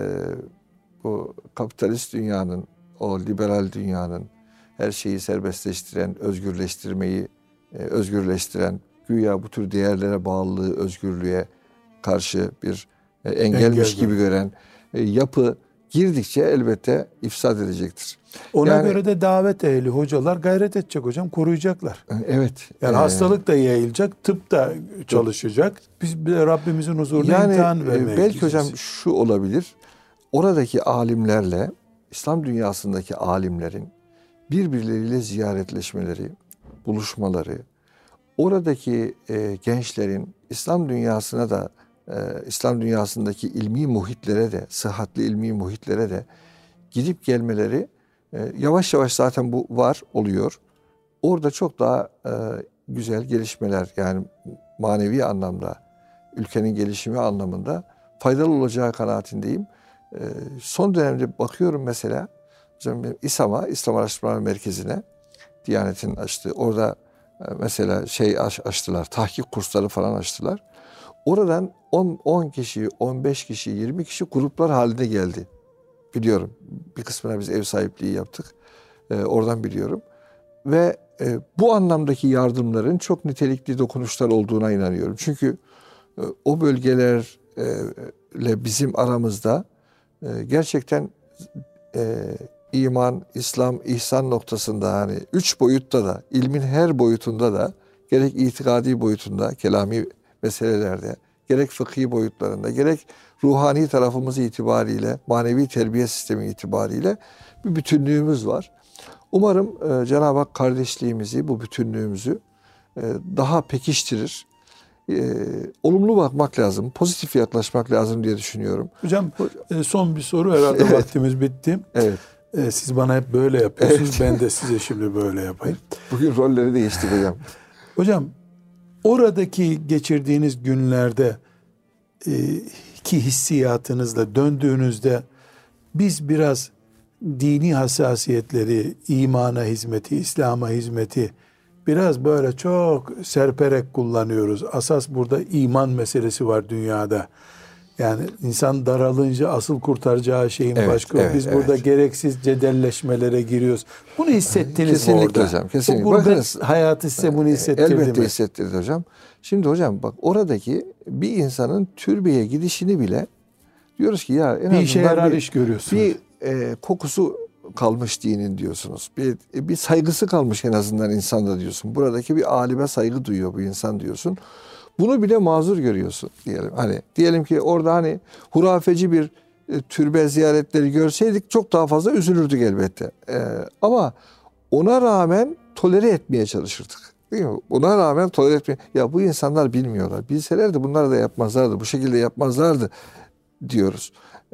bu kapitalist dünyanın, o liberal dünyanın her şeyi serbestleştiren, özgürleştiren, güya bu tür değerlere bağlılığı, özgürlüğe karşı bir engelmiş gibi gören yapı girdikçe elbette ifsad edecektir. Ona göre de davet ehli hocalar gayret edecek hocam, koruyacaklar. Evet. Yani hastalık da yayılacak, tıp da çalışacak. Biz Rabbimizin huzuruna imtihan vermeye belki hocam şu olabilir. Oradaki alimlerle İslam dünyasındaki alimlerin birbirleriyle ziyaretleşmeleri, buluşmaları, oradaki gençlerin İslam dünyasına da İslam dünyasındaki ilmi muhitlere de, sıhhatli ilmi muhitlere de gidip gelmeleri yavaş yavaş zaten bu oluyor. orada çok daha güzel gelişmeler, yani manevi anlamda, ülkenin gelişimi anlamında faydalı olacağı kanaatindeyim. Son dönemde bakıyorum mesela, hocam İSAM'a, İslam Araştırmalar Merkezi'ne, Diyanet'in açtığı, orada mesela açtılar, tahkik kursları falan açtılar. Oradan 10 kişi, 15 kişi, 20 kişi gruplar halinde geldi. Biliyorum. Bir kısmına biz ev sahipliği yaptık. Oradan biliyorum. Ve bu anlamdaki yardımların çok nitelikli dokunuşlar olduğuna inanıyorum. Çünkü o bölgelerle bizim aramızda gerçekten iman, İslam, ihsan noktasında, hani 3 boyutta da, ilmin her boyutunda da, gerek itikadi boyutunda, kelami meselelerde, gerek fıkhi boyutlarında, gerek ruhani tarafımız itibariyle, manevi terbiye sistemi itibariyle bir bütünlüğümüz var. Umarım Cenab-ı Hak kardeşliğimizi, bu bütünlüğümüzü daha pekiştirir. Olumlu bakmak lazım, pozitif yaklaşmak lazım diye düşünüyorum. Hocam son bir soru, herhalde Evet. vaktimiz bitti. Evet. Siz bana hep böyle yapıyorsunuz. Evet. Ben de size şimdi böyle yapayım. Bugün rolleri değiştik hocam. Hocam, oradaki geçirdiğiniz günlerde ki hissiyatınızla döndüğünüzde biz biraz dini hassasiyetleri, imana hizmeti, İslam'a hizmeti biraz böyle çok serperek kullanıyoruz. Asas burada iman meselesi var dünyada. Yani insan daralınca asıl kurtaracağı şeyin Evet, başka. evet, Biz evet. burada gereksiz cedelleşmelere giriyoruz. Bunu hissettiniz mi Kesinlikle orada? hocam, kesinlikle. Bu gurbet Bakınız, hayatı size bunu hissettirdi elbette mi? hissettirdi hocam. Şimdi hocam bak, oradaki bir insanın türbeye gidişini bile diyoruz ki ya en Bir işe azından yarar iş görüyorsunuz. bir kokusu kalmış dinin diyorsunuz. Bir saygısı kalmış en azından insanda diyorsun. Buradaki bir alime saygı duyuyor bu insan diyorsun. Bunu bile mazur görüyorsun diyelim. Hani diyelim ki orada hani hurafeci bir türbe ziyaretleri görseydik çok daha fazla üzülürdük elbette. Ama ona rağmen tolere etmeye çalışırdık. Değil mi? Buna rağmen tolere etmeye... Ya bu insanlar bilmiyorlar. Bilselerdi bunları da yapmazlardı. Bu şekilde yapmazlardı diyoruz.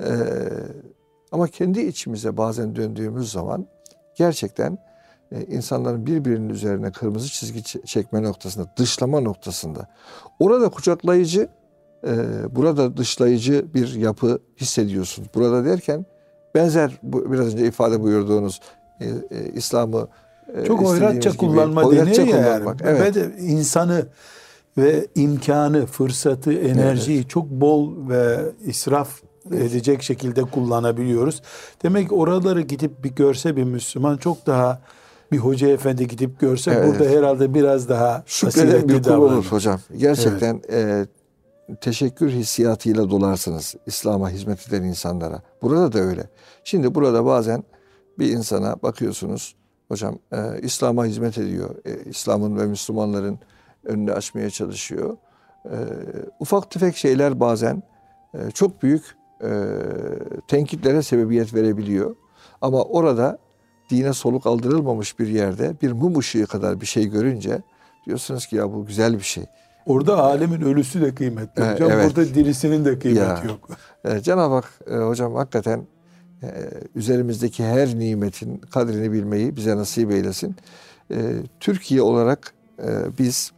Ama kendi içimize bazen döndüğümüz zaman gerçekten insanların birbirinin üzerine kırmızı çizgi çekme noktasında, dışlama noktasında, orada kucaklayıcı, burada dışlayıcı bir yapı hissediyorsunuz. Burada derken benzer, biraz önce ifade buyurduğunuz İslam'ı çok hoyratça kullanma deniyor ya yani. Evet. Ve de insanı ve imkanı, fırsatı, enerjiyi Evet. çok bol ve israf edecek şekilde kullanabiliyoruz. Demek ki oraları gidip bir görse bir Müslüman, çok daha, bir hoca efendi gidip görse Evet. burada herhalde biraz daha şükreden bir kul olur hocam. Gerçekten Evet. Teşekkür hissiyatıyla dolarsınız İslam'a hizmet eden insanlara. Burada da öyle. Şimdi burada bazen bir insana bakıyorsunuz hocam, İslam'a hizmet ediyor. İslam'ın ve Müslümanların önünü açmaya çalışıyor. Ufak tefek şeyler bazen çok büyük tenkitlere sebebiyet verebiliyor. Ama orada dine soluk aldırılmamış bir yerde bir mum ışığı kadar bir şey görünce diyorsunuz ki ya bu güzel bir şey. Orada alemin ölüsü de kıymetli hocam. Evet. Burada dirisinin de kıymeti yok. Cenab-ı Hak hocam hakikaten üzerimizdeki her nimetin kadrini bilmeyi bize nasip eylesin. Türkiye olarak biz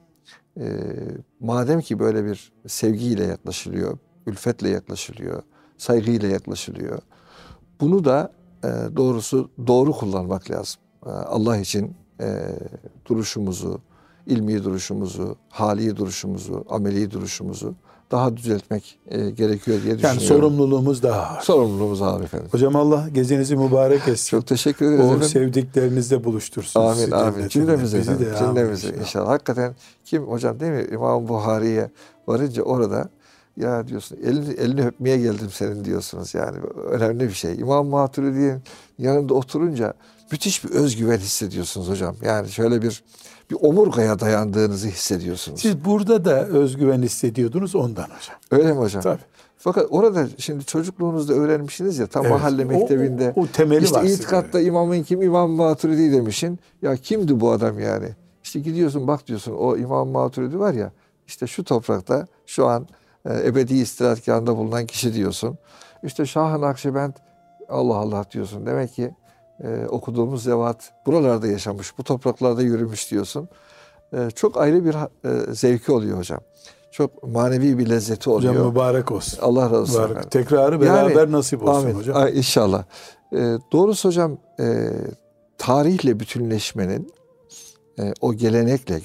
madem ki böyle bir sevgiyle yaklaşılıyor, ülfetle yaklaşılıyor, saygıyla yaklaşılıyor, bunu da doğrusu doğru kullanmak lazım. Allah için duruşumuzu, ilmi duruşumuzu, hali duruşumuzu, ameli duruşumuzu daha düzeltmek gerekiyor diye düşünüyorum. Yani sorumluluğumuz daha ağır. Sorumluluğumuz ağır efendim. Hocam Allah gecenizi mübarek etsin. Çok teşekkür ederiz o efendim. sevdiklerinizle buluştursun. Amin, amin. Cümlemize Bizi efendim. de Cümlemize amin inşallah. Hakikaten kim hocam değil mi? İmam Buhari'ye varınca orada ya diyorsun elini öpmeye geldim senin diyorsunuz yani. Önemli bir şey. İmam Maturidi'nin yanında oturunca müthiş bir özgüven hissediyorsunuz hocam. Yani şöyle bir omurgaya dayandığınızı hissediyorsunuz. Siz burada da özgüven hissediyordunuz ondan hocam. Öyle mi hocam? Tabii. Fakat orada şimdi çocukluğunuzda öğrenmişsiniz ya, tam Evet. mahalle mektebinde. O temeli işte var. itikatta imamın kim? İmam Maturidi demişsin. Ya kimdi bu adam yani? İşte gidiyorsun bak diyorsun o İmam Maturidi var ya, işte şu toprakta şu an ebedi istirahatgahında bulunan kişi diyorsun. İşte Şah-ı Nakşibend, Allah Allah diyorsun. Demek ki okuduğumuz zevat buralarda yaşamış, bu topraklarda yürümüş diyorsun. Çok ayrı bir zevki oluyor hocam. Çok manevi bir lezzeti oluyor. Hocam mübarek olsun. Allah razı olsun. Mübarek. Tekrarı beraber nasip olsun amin. hocam. İnşallah. Doğrusu hocam tarihle bütünleşmenin o gelenekle,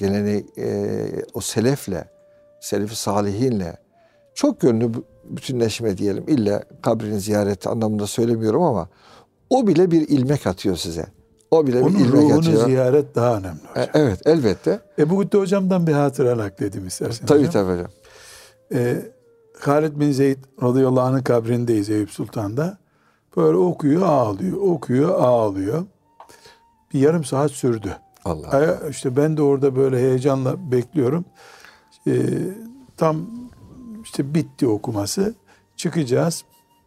o selefle, selef-i salihinle çok yönlü bütünleşme diyelim. İlla kabrini ziyareti anlamında söylemiyorum ama o bile bir ilmek atıyor size. O bile onun bir ilmek atıyor. ruhunu ziyaret daha önemli hocam. Evet, elbette. Ebu Gütte hocamdan bir hatıra nakledeyim isterseniz. Tabii hocam. Halid bin Zeyd radıyallahu anh'ın kabrindeyiz Eyüp Sultan'da. Böyle okuyor, ağlıyor. Okuyor, ağlıyor. Bir yarım saat sürdü. Allah. İşte ben de orada böyle heyecanla bekliyorum. Tam işte bitti okuması. Çıkacağız.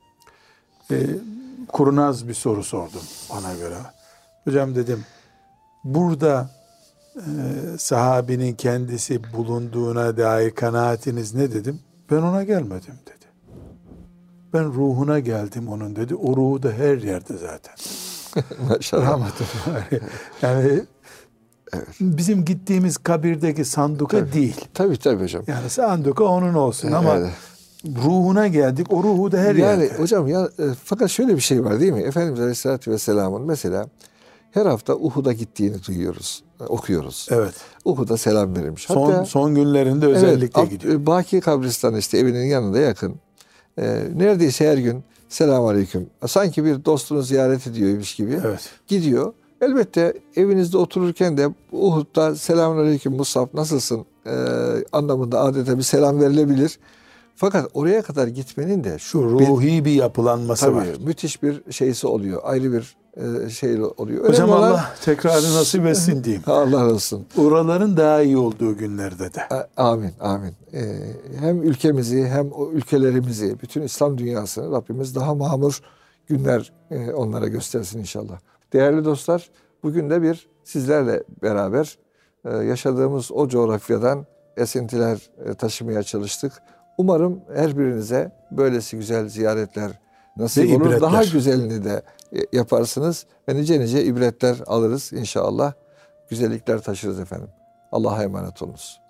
Kurnaz bir soru sordum ona göre. Hocam dedim, burada sahabinin kendisi bulunduğuna dair kanaatiniz ne dedim? Ben ona gelmedim dedi. Ben ruhuna geldim onun dedi. O ruhu da her yerde zaten. Maşallah. Yani evet. Bizim gittiğimiz kabirdeki sanduka değil. Tabii hocam. Yani sanduka onun olsun ama ruhuna geldik. O ruhu da her yerde. Yani hocam fakat şöyle bir şey var değil mi? Efendimiz Aleyhisselatü Vesselam'ın mesela her hafta Uhud'a gittiğini duyuyoruz, okuyoruz. Evet. Uhud'a selam verilmiş. Son günlerinde özellikle gidiyor. Baki kabristanı işte evinin yanında yakın. Neredeyse her gün selamun aleyküm. Sanki bir dostunu ziyaret ediyormuş gibi gidiyor. Elbette evinizde otururken de Uhud'da selamun aleyküm Musab nasılsın anlamında adeta bir selam verilebilir. Fakat oraya kadar gitmenin de şu ruhi bir yapılanması var. Müthiş bir şeysi oluyor. Ayrı bir şey oluyor. Hocam Allah tekrarı nasip etsin diyeyim. Allah olsun. Oraların daha iyi olduğu günlerde de. Amin, amin. Hem ülkemizi hem o ülkelerimizi, bütün İslam dünyasını Rabbimiz daha mamur günler onlara göstersin inşallah. Değerli dostlar, bugün de sizlerle beraber yaşadığımız o coğrafyadan esintiler taşımaya çalıştık. Umarım her birinize böylesi güzel ziyaretler nasip olur. İbretler. Daha güzelini de yaparsınız ve nice ibretler alırız inşallah. Güzellikler taşırız efendim. Allah'a emanet olunuz.